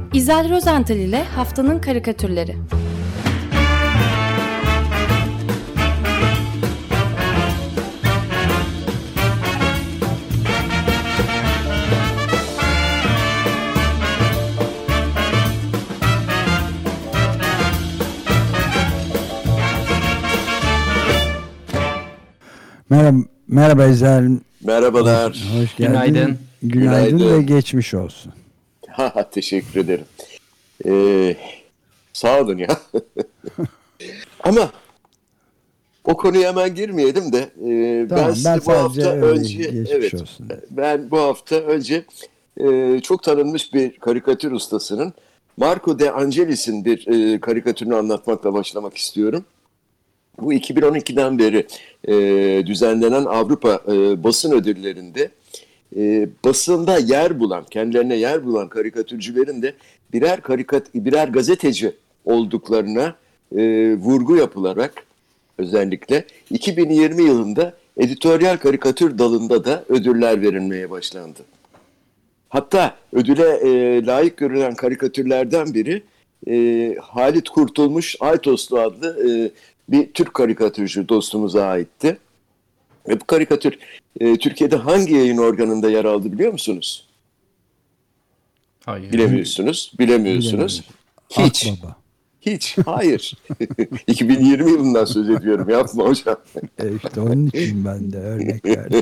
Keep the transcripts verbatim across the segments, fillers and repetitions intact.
İzel Rozental ile Haftanın Karikatürleri. Merhaba, merhaba İzel. Merhabalar. Hoş, hoş geldin. Günaydın. Günaydın. Günaydın ve geçmiş olsun. Ha, teşekkür ederim. Ee, sağ olun ya. Ama o konuya hemen girmeyelim de e, tamam, ben size ben bu hafta önce evet olsun. ben bu hafta önce e, çok tanınmış bir karikatür ustasının Marco De Angelis'in bir e, karikatürünü anlatmakla başlamak istiyorum. Bu iki bin on ikiden beri e, düzenlenen Avrupa e, basın ödüllerinde e, basında yer bulan, kendilerine yer bulan karikatürcülerin de birer karikat, birer gazeteci olduklarına e, vurgu yapılarak özellikle iki bin yirmi yılında editoryal karikatür dalında da ödüller verilmeye başlandı. Hatta ödüle e, layık görülen karikatürlerden biri e, Halit Kurtulmuş Aytoslu adlı e, bir Türk karikatürcü dostumuza aitti. Ve bu karikatür e, Türkiye'de hangi yayın organında yer aldı biliyor musunuz? Hayır. Bilemiyorsunuz. Bilemiyorsunuz. Hiç. Akbaba. Hiç. Hayır. iki bin yirmi yılından söz ediyorum. Yapma hocam. E işte onun için ben de örnek verdim.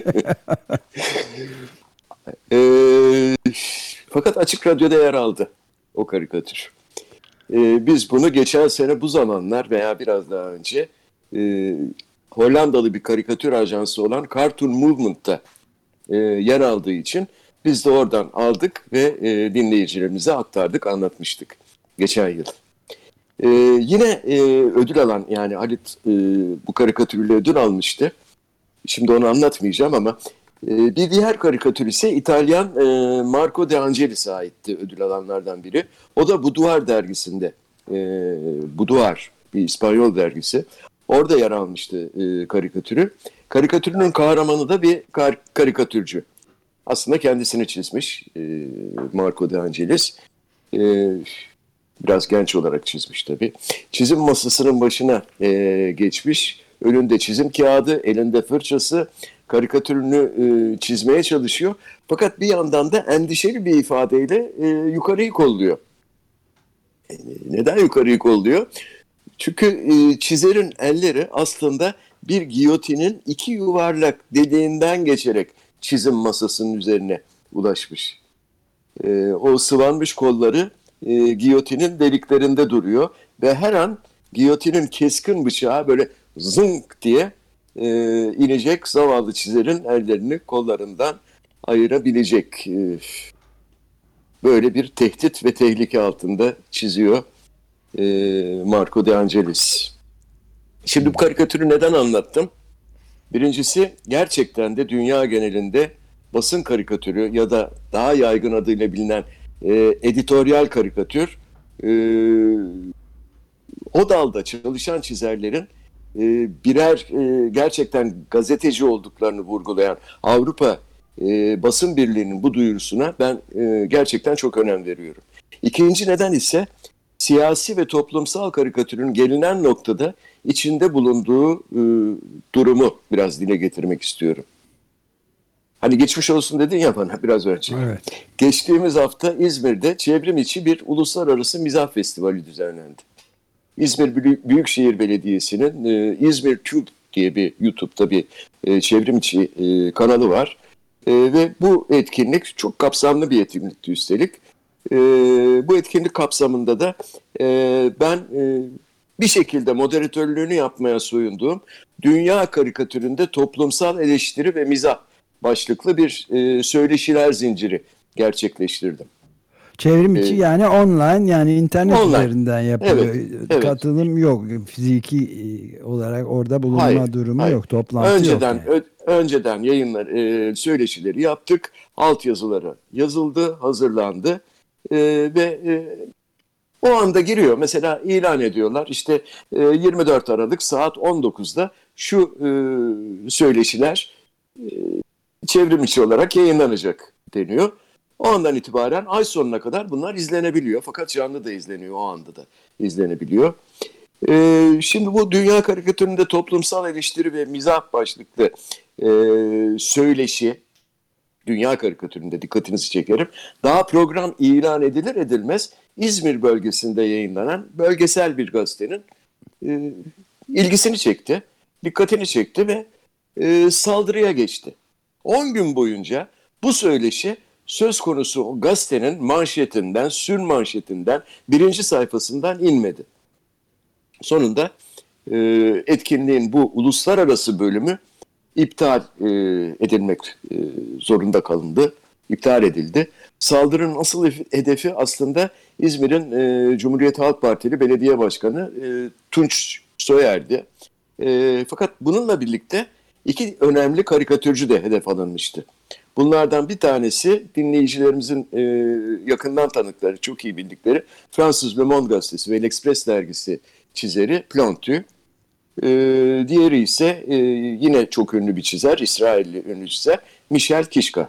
e, fakat Açık Radyo'da yer aldı o karikatür. E, biz bunu geçen sene bu zamanlar veya biraz daha önce e, Hollandalı bir karikatür ajansı olan Cartoon Movement'ta e, yer aldığı için biz de oradan aldık ve e, dinleyicilerimize aktardık, anlatmıştık geçen yıl. E, yine e, ödül alan, yani Halit e, bu karikatürle ödül almıştı. Şimdi onu anlatmayacağım ama e, bir diğer karikatür ise İtalyan e, Marco De Angelis'e aitti, ödül alanlardan biri. O da Boudoir dergisinde, e, Boudoir bir İspanyol dergisi. Orada yer almıştı e, karikatürü. Karikatürünün kahramanı da bir kar- karikatürcü. Aslında kendisini çizmiş e, Marco De Angelis. E, biraz genç olarak çizmiş tabii. Çizim masasının başına e, geçmiş. Önünde çizim kağıdı, elinde fırçası, karikatürünü e, çizmeye çalışıyor. Fakat bir yandan da endişeli bir ifadeyle e, yukarıyı kolluyor. E, neden yukarıyı kolluyor? Çünkü e, çizerin elleri aslında bir giyotinin iki yuvarlak deliğinden geçerek çizim masasının üzerine ulaşmış. E, o sıvanmış kolları e, giyotinin deliklerinde duruyor ve her an giyotinin keskin bıçağı böyle zınk diye e, inecek, zavallı çizerin ellerini kollarından ayırabilecek. E, böyle bir tehdit ve tehlike altında çiziyor Marco De Angelis. Şimdi bu karikatürü neden anlattım? Birincisi, gerçekten de dünya genelinde basın karikatürü ya da daha yaygın adıyla bilinen e, editoryal karikatür, e, o dalda çalışan çizerlerin e, birer e, gerçekten gazeteci olduklarını vurgulayan Avrupa e, Basın Birliği'nin bu duyurusuna ben e, gerçekten çok önem veriyorum. İkinci neden ise siyasi ve toplumsal karikatürün gelinen noktada içinde bulunduğu e, durumu biraz dile getirmek istiyorum. Hani geçmiş olsun dedin ya bana biraz önce. Evet. Geçtiğimiz hafta İzmir'de çevrim içi bir uluslararası mizah festivali düzenlendi. İzmir Büyükşehir Belediyesi'nin e, İzmir Tube diye bir YouTube'da bir e, çevrim içi e, kanalı var. E, ve bu etkinlik çok kapsamlı bir etkinlikti üstelik. E, bu etkinlik kapsamında da e, ben e, bir şekilde moderatörlüğünü yapmaya soyunduğum Dünya Karikatüründe Toplumsal Eleştiri ve Mizah başlıklı bir e, söyleşiler zinciri gerçekleştirdim. Çevrim içi ee, yani online, yani internet online üzerinden yapılıyor. Evet, evet. Katılım yok. Fiziki olarak orada bulunma hayır, durumu hayır. yok. Toplantı önceden, yok. Yani. Ö- önceden yayınlar, e, söyleşileri yaptık. Altyazıları yazıldı, hazırlandı. E, ve e, o anda giriyor. Mesela ilan ediyorlar. İşte e, yirmi dört Aralık saat on dokuzda şu e, söyleşiler e, çevrim içi olarak yayınlanacak deniyor. O andan itibaren ay sonuna kadar bunlar izlenebiliyor. Fakat canlı da izleniyor, o anda da izlenebiliyor. Ee, şimdi bu dünya karikatüründe toplumsal eleştiri ve mizah başlıklı e, söyleşi, dünya karikatüründe dikkatinizi çekerim. Daha program ilan edilir edilmez İzmir bölgesinde yayınlanan bölgesel bir gazetenin e, ilgisini çekti, dikkatini çekti ve e, saldırıya geçti. on gün boyunca bu söyleşi söz konusu o gazetenin manşetinden, sür manşetinden, birinci sayfasından inmedi. Sonunda e, etkinliğin bu uluslararası bölümü iptal e, edilmek e, zorunda kalındı, iptal edildi. Saldırının asıl hedefi aslında İzmir'in e, Cumhuriyet Halk Partili Belediye Başkanı e, Tunç Soyer'di. E, fakat bununla birlikte iki önemli karikatürcü de hedef alınmıştı. Bunlardan bir tanesi dinleyicilerimizin e, yakından tanıkları, çok iyi bildikleri Fransız Le Monde gazetesi ve L'Express dergisi çizeri Plantu. E, diğeri ise e, yine çok ünlü bir çizer, İsrailli ünlü çizer Michel Kishka.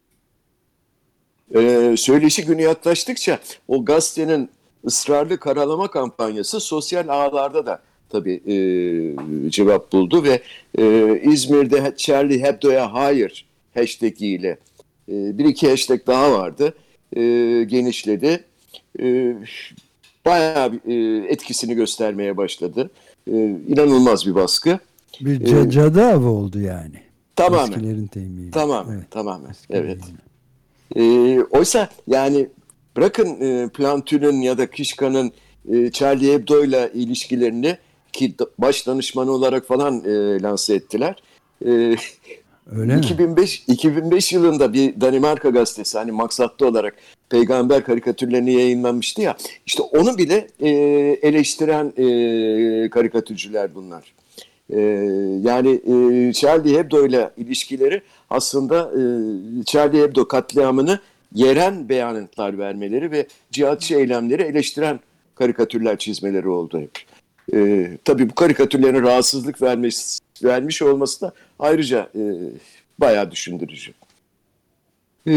E, söyleşi günü yaklaştıkça o gazetenin ısrarlı karalama kampanyası sosyal ağlarda da tabii e, cevap buldu ve e, İzmir'de Charlie Hebdo'ya hayır hashtag ile e, bir iki hashtag daha vardı, e, genişledi. E, bayağı e, etkisini göstermeye başladı. E, inanılmaz bir baskı. Bir ca- cadı avı oldu yani. Tamamen. Eskilerin temiyle. Tamamen. Evet. Tamamen. Eskilerin. Evet. E, oysa yani bırakın e, Plantu'nun ya da Kishka'nın e, Charlie Hebdo'yla ilişkilerini, ki baş danışmanı olarak falan e, lanse ettiler. E, Öyle iki bin beş, iki bin beş yılında bir Danimarka gazetesi hani maksatlı olarak peygamber karikatürlerini yayınlanmıştı ya. İşte onu bile e, eleştiren e, karikatürcüler bunlar. E, yani e, Charlie Hebdo ile ilişkileri aslında e, Charlie Hebdo katliamını yeren beyanatlar vermeleri ve cihatçı eylemleri eleştiren karikatürler çizmeleri oldu hep. E, tabii bu karikatürlerin rahatsızlık vermiş, vermiş olması da ayrıca e, bayağı düşündürücü. E,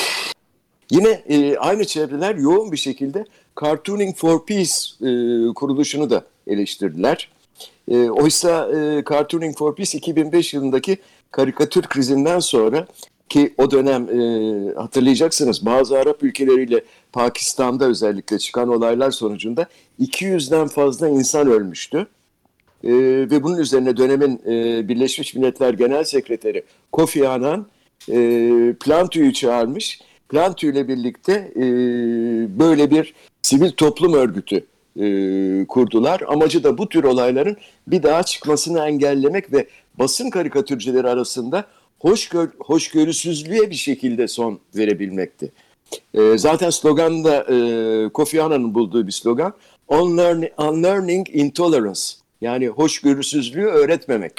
yine e, aynı çevreler yoğun bir şekilde Cartooning for Peace e, kuruluşunu da eleştirdiler. E, oysa e, Cartooning for Peace iki bin beş yılındaki karikatür krizinden sonra, ki o dönem e, hatırlayacaksınız bazı Arap ülkeleriyle Pakistan'da özellikle çıkan olaylar sonucunda iki yüzden fazla insan ölmüştü. E, ve bunun üzerine dönemin e, Birleşmiş Milletler Genel Sekreteri Kofi Annan e, Plantu'yu çağırmış. Plantu ile birlikte e, böyle bir sivil toplum örgütü e, kurdular. Amacı da bu tür olayların bir daha çıkmasını engellemek ve basın karikatürcüleri arasında hoşgör, hoşgörüsüzlüğe bir şekilde son verebilmekti. E, zaten slogan da e, Kofi Annan'ın bulduğu bir slogan. Unlearning, unlearning intolerance. Yani hoşgörüsüzlüğü öğretmemek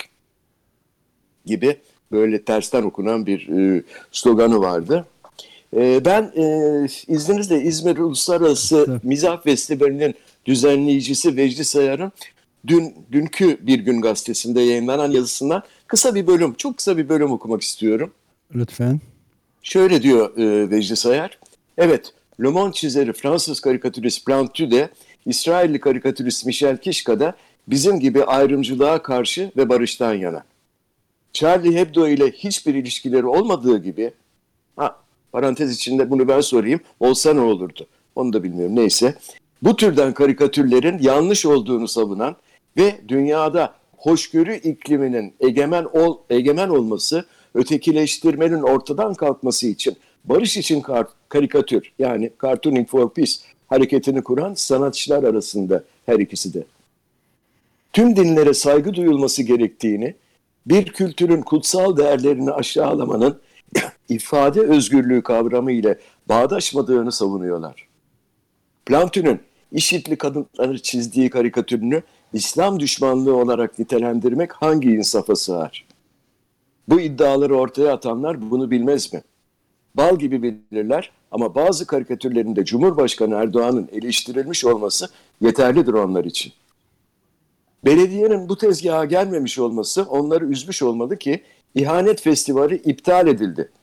gibi böyle tersten okunan bir e, sloganı vardı. E, ben e, izninizle İzmir Uluslararası Mizah Festivali'nin düzenleyicisi Vecdi Sayar'ın dün dünkü Bir Gün gazetesinde yayınlanan yazısından kısa bir bölüm, çok kısa bir bölüm okumak istiyorum. Lütfen. Şöyle diyor e, Vecdi Sayar. Evet, Le Monde çizeri Fransız karikatürist Plantu de, İsrailli karikatürist Michel Kishka da bizim gibi ayrımcılığa karşı ve barıştan yana. Charlie Hebdo ile hiçbir ilişkileri olmadığı gibi, ha, parantez içinde bunu ben sorayım, olsa ne olurdu? Onu da bilmiyorum, neyse. Bu türden karikatürlerin yanlış olduğunu savunan ve dünyada hoşgörü ikliminin egemen ol, egemen olması, ötekileştirmenin ortadan kalkması için barış için kar, karikatür, yani Cartooning for Peace hareketini kuran sanatçılar arasında her ikisi de. Tüm dinlere saygı duyulması gerektiğini, bir kültürün kutsal değerlerini aşağılamanın ifade özgürlüğü kavramı ile bağdaşmadığını savunuyorlar. Plantu'nun IŞİD'li kadınları çizdiği karikatürünü İslam düşmanlığı olarak nitelendirmek hangi insafa sığar? Bu iddiaları ortaya atanlar bunu bilmez mi? Bal gibi bilirler ama bazı karikatürlerinde Cumhurbaşkanı Erdoğan'ın eleştirilmiş olması yeterlidir onlar için. Belediyenin bu tezgaha gelmemiş olması onları üzmüş olmalı ki İhanet Festivali iptal edildi.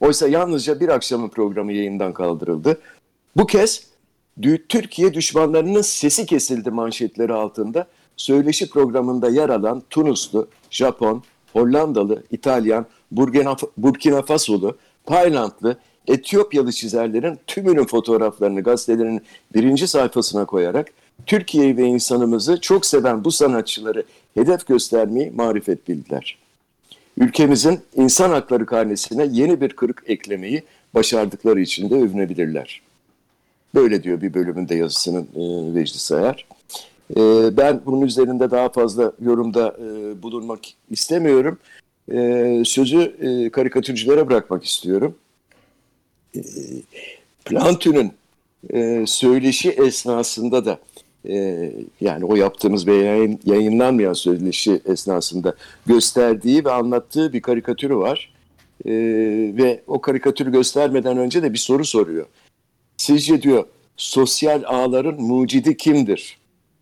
Oysa yalnızca bir akşamın programı yayından kaldırıldı. Bu kez Türkiye düşmanlarının sesi kesildi manşetleri altında söyleşi programında yer alan Tunuslu, Japon, Hollandalı, İtalyan, Burkina, Burkina Fasolu, Taylandlı, Etiyopyalı çizerlerin tümünün fotoğraflarını gazetelerin birinci sayfasına koyarak Türkiye'yi ve insanımızı çok seven bu sanatçıları hedef göstermeyi marifet bildiler. Ülkemizin insan hakları karnesine yeni bir kırık eklemeyi başardıkları için de övünebilirler. Böyle diyor bir bölümünde yazısının e, Vecdi Sayar. E, ben bunun üzerinde daha fazla yorumda e, bulunmak istemiyorum. E, sözü e, karikatürcülere bırakmak istiyorum. E, Plantün'ün e, söyleşi esnasında da e, yani o yaptığımız ve yayın, yayınlanmayan söyleşi esnasında gösterdiği ve anlattığı bir karikatürü var. E, ve o karikatürü göstermeden önce de bir soru soruyor. Sizce diyor sosyal ağların mucidi kimdir?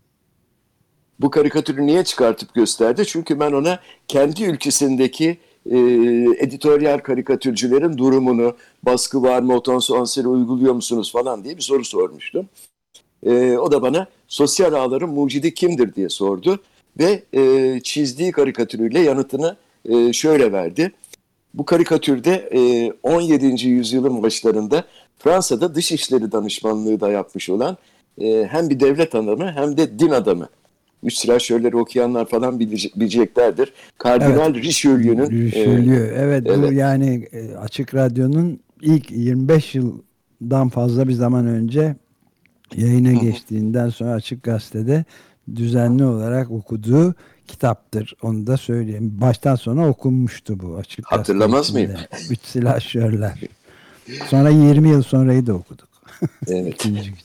Bu karikatürü niye çıkartıp gösterdi? Çünkü ben ona kendi ülkesindeki e, editoryal karikatürcülerin durumunu, baskı var mı, otosansürü uyguluyor musunuz falan diye bir soru sormuştum. E, o da bana sosyal ağların mucidi kimdir diye sordu ve e, çizdiği karikatürüyle yanıtını e, şöyle verdi. Bu karikatürde e, on yedinci yüzyılın başlarında Fransa'da Dışişleri Danışmanlığı da yapmış olan e, hem bir devlet adamı hem de din adamı. Üç silahşörleri okuyanlar falan bilecek, bileceklerdir. Kardinal evet. Richelieu'nun... Richelieu, e, evet, evet bu yani Açık Radyo'nun ilk yirmi beş yıldan fazla bir zaman önce yayına geçtiğinden sonra Açık Gazete'de düzenli olarak okuduğu kitaptır. Onu da söyleyeyim. Baştan sona okunmuştu bu Açık Gazete. Hatırlamaz mıyım? Üç silahşörler. Sonra yirmi yıl sonrayı da okuduk. Evet.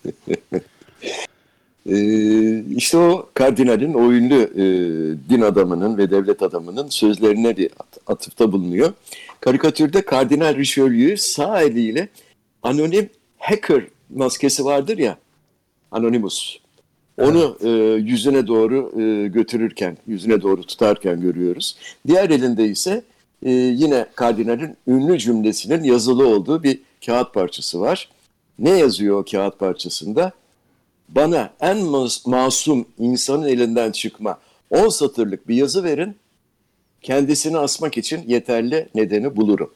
ee, işte o kardinalin, o ünlü e, din adamının ve devlet adamının sözlerine bir atıfta bulunuyor. Karikatürde Kardinal Richelieu sağ eliyle anonim hacker maskesi vardır ya, Anonymous. Onu evet. e, yüzüne doğru e, götürürken, yüzüne doğru tutarken görüyoruz. Diğer elinde ise e, yine kardinalin ünlü cümlesinin yazılı olduğu bir kağıt parçası var. Ne yazıyor o kağıt parçasında? Bana en mas- masum insanın elinden çıkma on satırlık bir yazı verin, kendisini asmak için yeterli nedeni bulurum.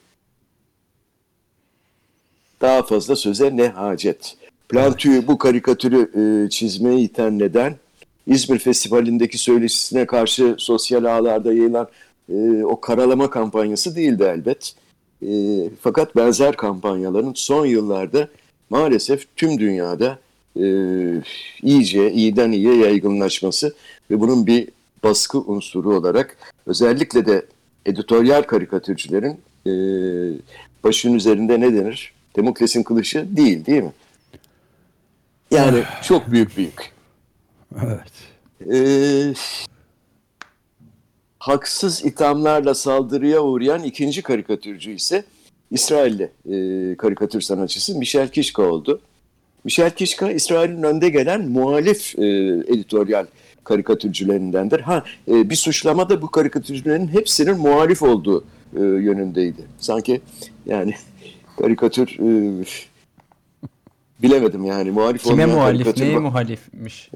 Daha fazla söze ne hacet? Plantü'yü bu karikatürü e, çizmeye iten neden, İzmir Festivali'ndeki söyleşisine karşı sosyal ağlarda yayılan e, o karalama kampanyası değildi elbet. E, fakat benzer kampanyaların son yıllarda maalesef tüm dünyada e, iyice, iyiden iyiye yaygınlaşması ve bunun bir baskı unsuru olarak özellikle de editoryal karikatürcülerin e, başının üzerinde ne denir? Demokles'in kılıcı değil, değil mi? Yani çok büyük büyük. Evet. Ee, haksız ithamlarla saldırıya uğrayan ikinci karikatürcü ise İsrailli e, karikatür sanatçısı Michel Kishka oldu. Michel Kishka, İsrail'in önde gelen muhalif e, editoryal karikatürcülerindendir. Ha, e, bir suçlama da bu karikatürcülerin hepsinin muhalif olduğu e, yönündeydi. Sanki yani karikatür... E, bilemedim yani. Muhalif Kime muhalif? Neye bak- muhalifmiş?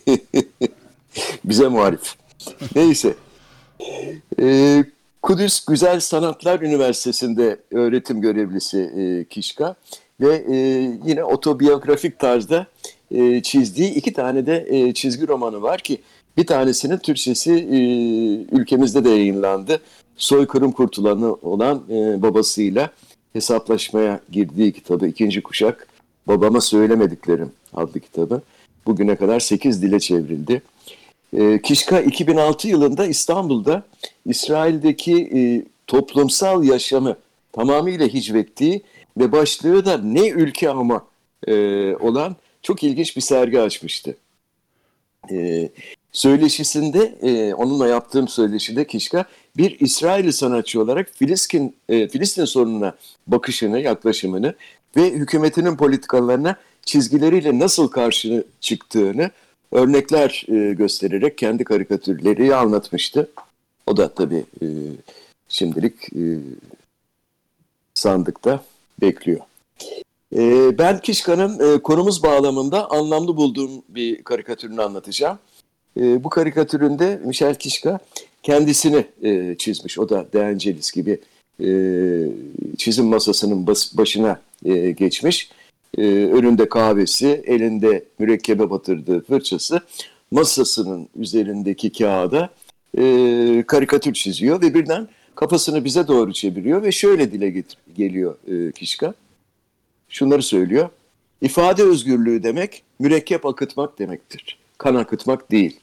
Bize muhalif. Neyse. Ee, Kudüs Güzel Sanatlar Üniversitesi'nde öğretim görevlisi e, Kishka ve e, yine otobiyografik tarzda e, çizdiği iki tane de e, çizgi romanı var ki bir tanesinin Türkçesi e, ülkemizde de yayınlandı. Soykırım kurtulanı olan e, babasıyla hesaplaşmaya girdiği kitabı, ikinci kuşak Babama Söylemediklerim adlı kitabı bugüne kadar sekiz dile çevrildi. E, Kishka iki bin altı yılında İstanbul'da İsrail'deki e, toplumsal yaşamı tamamıyla hicvettiği ve başlığı da ne ülke ama e, olan çok ilginç bir sergi açmıştı. E, söyleşisinde, e, onunla yaptığım söyleşide Kishka bir İsrailli sanatçı olarak Filistin, e, Filistin sorununa bakışını, yaklaşımını ve hükümetinin politikalarına çizgileriyle nasıl karşı çıktığını örnekler e, göstererek kendi karikatürleri anlatmıştı. O da tabii e, şimdilik e, sandıkta bekliyor. E, ben Kişka'nın e, konumuz bağlamında anlamlı bulduğum bir karikatürünü anlatacağım. E, bu karikatüründe Michel Kişka kendisini e, çizmiş. O da De Angelis gibi e, çizim masasının bas, başına e, geçmiş. E, önünde kahvesi, elinde mürekkebe batırdığı fırçası, masasının üzerindeki kağıda e, karikatür çiziyor ve birden kafasını bize doğru çeviriyor ve şöyle dile getir, geliyor e, Kişka. Şunları söylüyor. İfade özgürlüğü demek mürekkep akıtmak demektir. Kan akıtmak değil.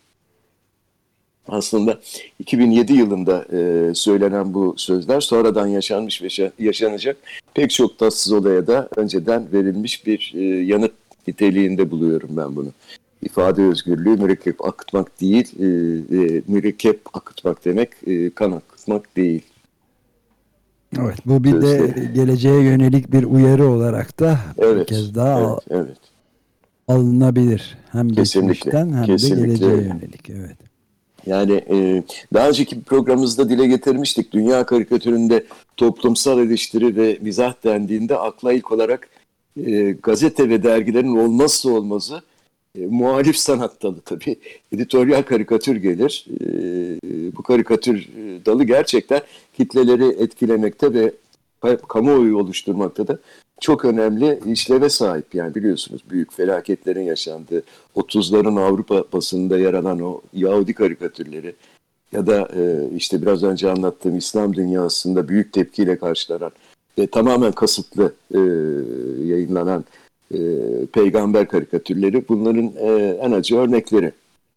Aslında iki bin yedi yılında e, söylenen bu sözler sonradan yaşanmış ve yaşanacak pek çok tatsız olaya da önceden verilmiş bir e, yanıt niteliğinde buluyorum ben bunu. İfade özgürlüğü mürekkep akıtmak değil, e, e, mürekkep akıtmak demek e, kan akıtmak değil. Evet, bu bir de geleceğe yönelik bir uyarı olarak da evet, bir kez daha evet, evet. alınabilir. Hem kesinlikle, geçmişten hem kesinlikle. de geleceğe yönelik. Evet. Yani e, daha önceki programımızda dile getirmiştik. Dünya karikatüründe toplumsal eleştiri ve mizah dendiğinde akla ilk olarak e, gazete ve dergilerin olmazsa olmazı e, muhalif sanat dalı tabii. Editoryal karikatür gelir. E, bu karikatür dalı gerçekten kitleleri etkilemekte ve kamuoyu oluşturmakta da çok önemli işleve sahip. Yani biliyorsunuz büyük felaketlerin yaşandığı otuzların Avrupa basınında yer alan o Yahudi karikatürleri ya da e, işte biraz önce anlattığım İslam dünyasında büyük tepkiyle karşılanan ve tamamen kasıtlı e, yayınlanan e, peygamber karikatürleri bunların e, en acı örnekleri.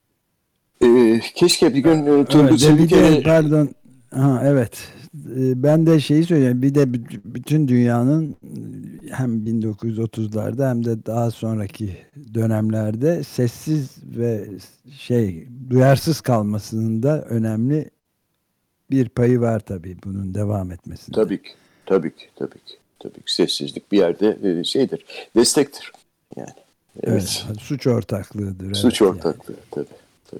E, keşke bir gün e, Turgut Çeviker'e... Pardon, ha, evet. Ben de şeyi söyleyeyim. Bir de bütün dünyanın hem bin dokuz yüz otuzlarda hem de daha sonraki dönemlerde sessiz ve şey duyarsız kalmasının da önemli bir payı var tabii bunun devam etmesinde. Tabii ki, tabii ki, tabii ki. Tabii ki sessizlik bir yerde şeydir, destektir. Yani. Evet. Evet, suç ortaklığıdır. Suç evet ortaklığı yani. tabii. tabii.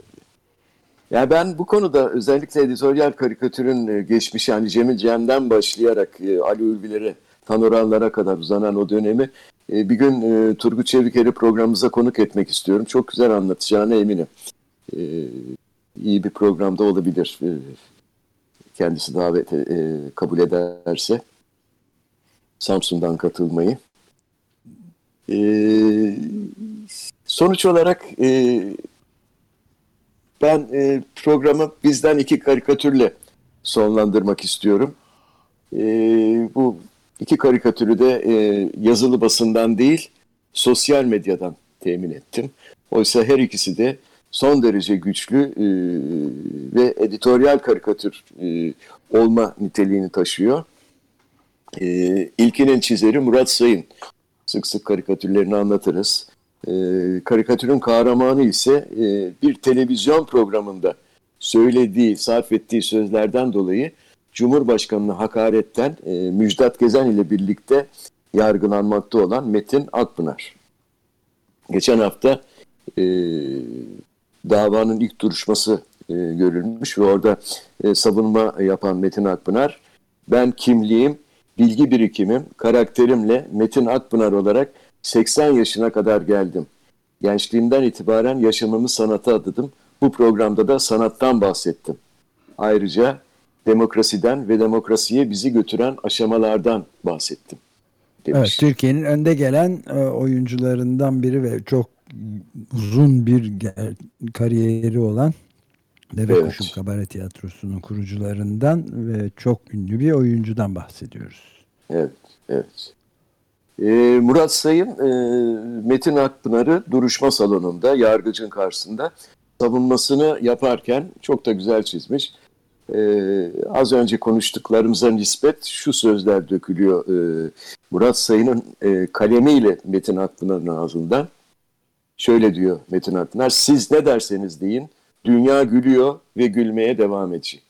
Yani ben bu konuda özellikle editoryal karikatürün geçmişi yani Cemil Cem'den başlayarak Ali Ulvi'lere, Tanoranlara kadar uzanan o dönemi bir gün Turgut Çeviker'i programımıza konuk etmek istiyorum. Çok güzel anlatacağına eminim. İyi bir programda olabilir. Kendisi davet kabul ederse Samsun'dan katılmayı. Sonuç olarak ben e, programı bizden iki karikatürle sonlandırmak istiyorum. E, bu iki karikatürü de e, yazılı basından değil, sosyal medyadan temin ettim. Oysa her ikisi de son derece güçlü e, ve editoryal karikatür e, olma niteliğini taşıyor. E, ilkinin çizeri Murat Sayın. Sık sık karikatürlerini anlatırız. E, karikatürün kahramanı ise e, bir televizyon programında söylediği, sarf ettiği sözlerden dolayı Cumhurbaşkanı'na hakaretten e, Müjdat Gezen ile birlikte yargılanmakta olan Metin Akpınar. Geçen hafta e, davanın ilk duruşması e, görülmüş ve orada e, savunma yapan Metin Akpınar, ben kimliğim, bilgi birikimim, karakterimle Metin Akpınar olarak seksen yaşına kadar geldim. Gençliğimden itibaren yaşamımı sanata adadım. Bu programda da sanattan bahsettim. Ayrıca demokrasiden ve demokrasiye bizi götüren aşamalardan bahsettim demiş. Evet, Türkiye'nin önde gelen e, oyuncularından biri ve çok uzun bir kariyeri olan Devekuşu evet. Kabaret Tiyatrosu'nun kurucularından ve çok ünlü bir oyuncudan bahsediyoruz. Evet, evet. Ee, Murat Sayın, e, Metin Akpınar'ı duruşma salonunda, yargıcın karşısında savunmasını yaparken çok da güzel çizmiş. Ee, az önce konuştuklarımıza nispet şu sözler dökülüyor ee, Murat Sayın'ın e, kalemiyle Metin Akpınar'ın ağzından. Şöyle diyor Metin Akpınar, siz ne derseniz deyin, dünya gülüyor ve gülmeye devam edecek.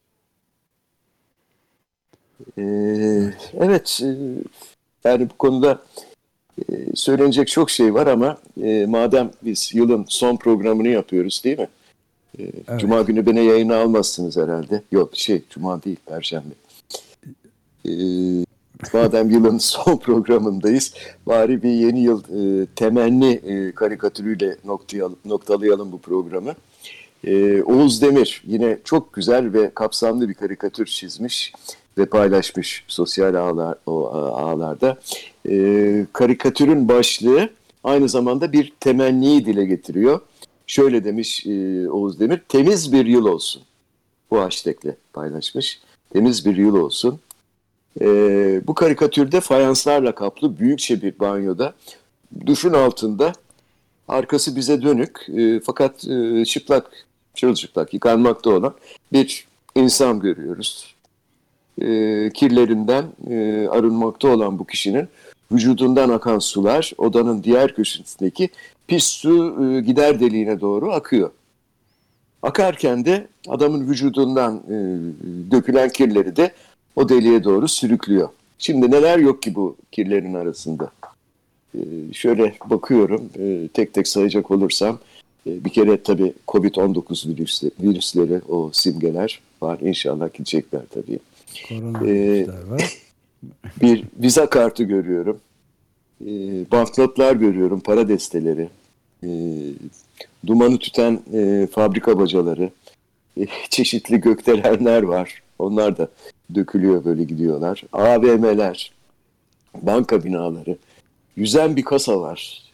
Ee, evet, e, yani bu konuda e, söylenecek çok şey var ama e, madem biz yılın son programını yapıyoruz değil mi? E, evet. Cuma günü beni yayına almazsınız herhalde. Yok şey, Cuma değil, Perşembe. E, madem yılın son programındayız, bari bir yeni yıl e, temenni e, karikatürüyle noktayalım, noktalayalım bu programı. E, Oğuz Demir yine çok güzel ve kapsamlı bir karikatür çizmiş ve paylaşmış sosyal ağlar, o ağlarda. E, karikatürün başlığı aynı zamanda bir temenniyi dile getiriyor. Şöyle demiş e, Oğuz Demir, temiz bir yıl olsun. Bu hashtag'le paylaşmış. Temiz bir yıl olsun. E, bu karikatürde fayanslarla kaplı büyükçe bir banyoda, duşun altında, arkası bize dönük e, fakat e, çıplak, çırılçıplak yıkanmakta olan bir insan görüyoruz. E, kirlerinden e, arınmakta olan bu kişinin vücudundan akan sular odanın diğer köşesindeki pis su e, gider deliğine doğru akıyor. Akarken de adamın vücudundan e, dökülen kirleri de o deliğe doğru sürüklüyor. Şimdi neler yok ki bu kirlerin arasında? E, şöyle bakıyorum, e, tek tek sayacak olursam, e, bir kere tabii kovid on dokuz virüsleri, virüsleri, o simgeler var. İnşallah gidecekler tabii. Koronavirüsler E, var. Bir viza kartı görüyorum. E, banknotlar görüyorum, para desteleri. E, dumanı tüten e, fabrika bacaları. E, çeşitli gökdelenler var. Onlar da dökülüyor, böyle gidiyorlar. A V M'ler, banka binaları, yüzen bir kasa var.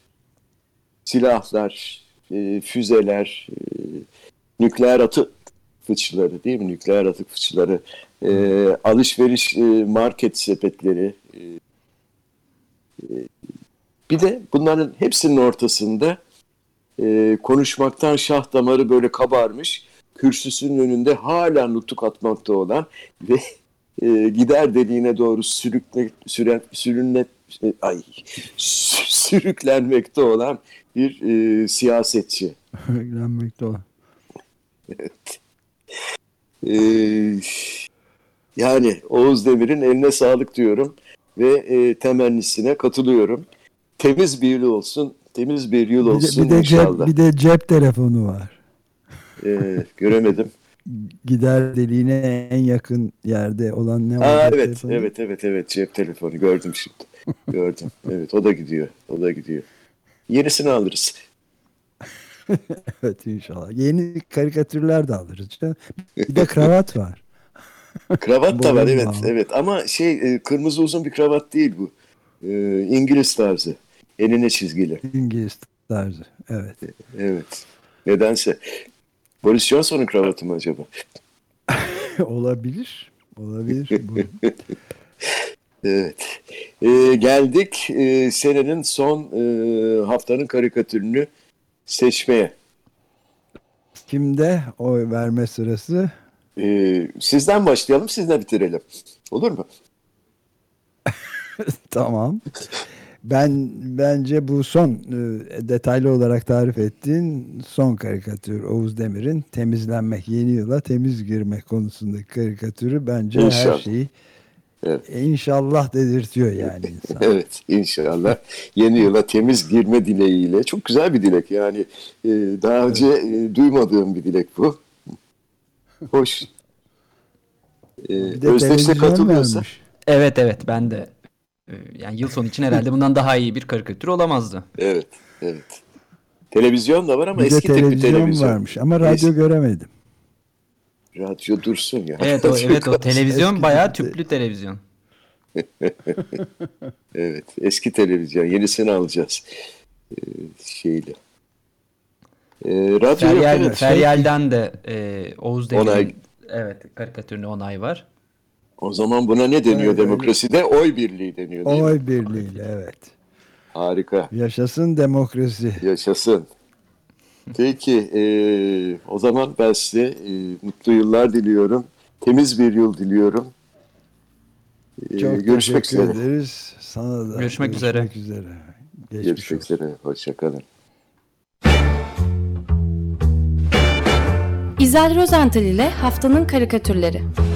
Silahlar, e, füzeler, e, nükleer atık fıçıları, değil mi? Nükleer atık fıçıları, e, alışveriş e, market sepetleri. E, e, bir de bunların hepsinin ortasında e, konuşmaktan şah damarı böyle kabarmış, kürsüsünün önünde hala nutuk atmakta olan ve e, gider deliğine doğru sürükle, süren, sürünle, e, ay, sürüklenmekte olan bir e, siyasetçi. Sürüklenmekte olan. Evet. E, yani Oğuz Demir'in eline sağlık diyorum ve e, temennisine katılıyorum. Temiz bir yıl olsun, temiz bir yıl olsun bir de, bir de inşallah. Cep, bir de cep telefonu var. E, göremedim. Gider deliğine en yakın yerde olan ne var? Aa, cep evet, telefonu? evet, evet, evet. Cep telefonu gördüm şimdi. Gördüm. Evet, o da gidiyor. O da gidiyor. Yenisini alırız. Evet, inşallah. Yeni karikatürler de alırız. Bir de kravat var. Kravat da var, Boyun evet, bağlı. evet. Ama şey, e, kırmızı uzun bir kravat değil bu. E, İngiliz tarzı. Enine çizgili. İngiliz tarzı. Evet. Evet. Nedense. Boris Johnson'un kravatı mı acaba? Olabilir. Olabilir. Bu. Evet. E, geldik e, senenin son e, haftanın karikatürünü seçmeye. Kimde oy verme sırası? E, sizden başlayalım, sizden bitirelim. Olur mu? Tamam. Ben bence bu son e, detaylı olarak tarif ettiğin son karikatür Oğuz Demir'in temizlenmek, yeni yıla temiz girmek konusundaki karikatürü bence İnşallah. her şeyi Evet. inşallah dedirtiyor yani insan. Evet, inşallah. Yeni yıla temiz girme dileğiyle. Çok güzel bir dilek yani. E, daha önce e, duymadığım bir dilek bu. Hoş. E, Bir de Özdeş'le televizyon katılıyorsa. vermiş. Evet evet ben de e, yani yıl sonu için herhalde bundan daha iyi bir karikatür olamazdı. Evet, evet. Televizyon da var ama Bir de eski tip bir televizyon televizyon. varmış ama radyo Eski- göremedim. Radyo dursun ya. Evet o evet o televizyon Eski bayağı tipte. tüplü televizyon. Evet, eski televizyon. Yenisini alacağız. E, şeyle. E, radyo yok, Feryal, evet. Feryal'den de e, Oğuz Demir'in Onay. evet karikatürüne onay var. O zaman buna ne deniyor Evet, öyle. demokraside? Oy birliği deniyor değil mi? Oy birliğiyle, evet. Harika. Yaşasın demokrasi. Yaşasın. Peki, e, o zaman ben size e, mutlu yıllar diliyorum. Temiz bir yıl diliyorum. E, Çok görüşmek teşekkür üzere. ederiz. Sana da Görüşmek üzere. üzere. Geçmiş Görüşmek olsun. üzere. Hoşçakalın. İzel Rozental ile Haftanın Karikatürleri.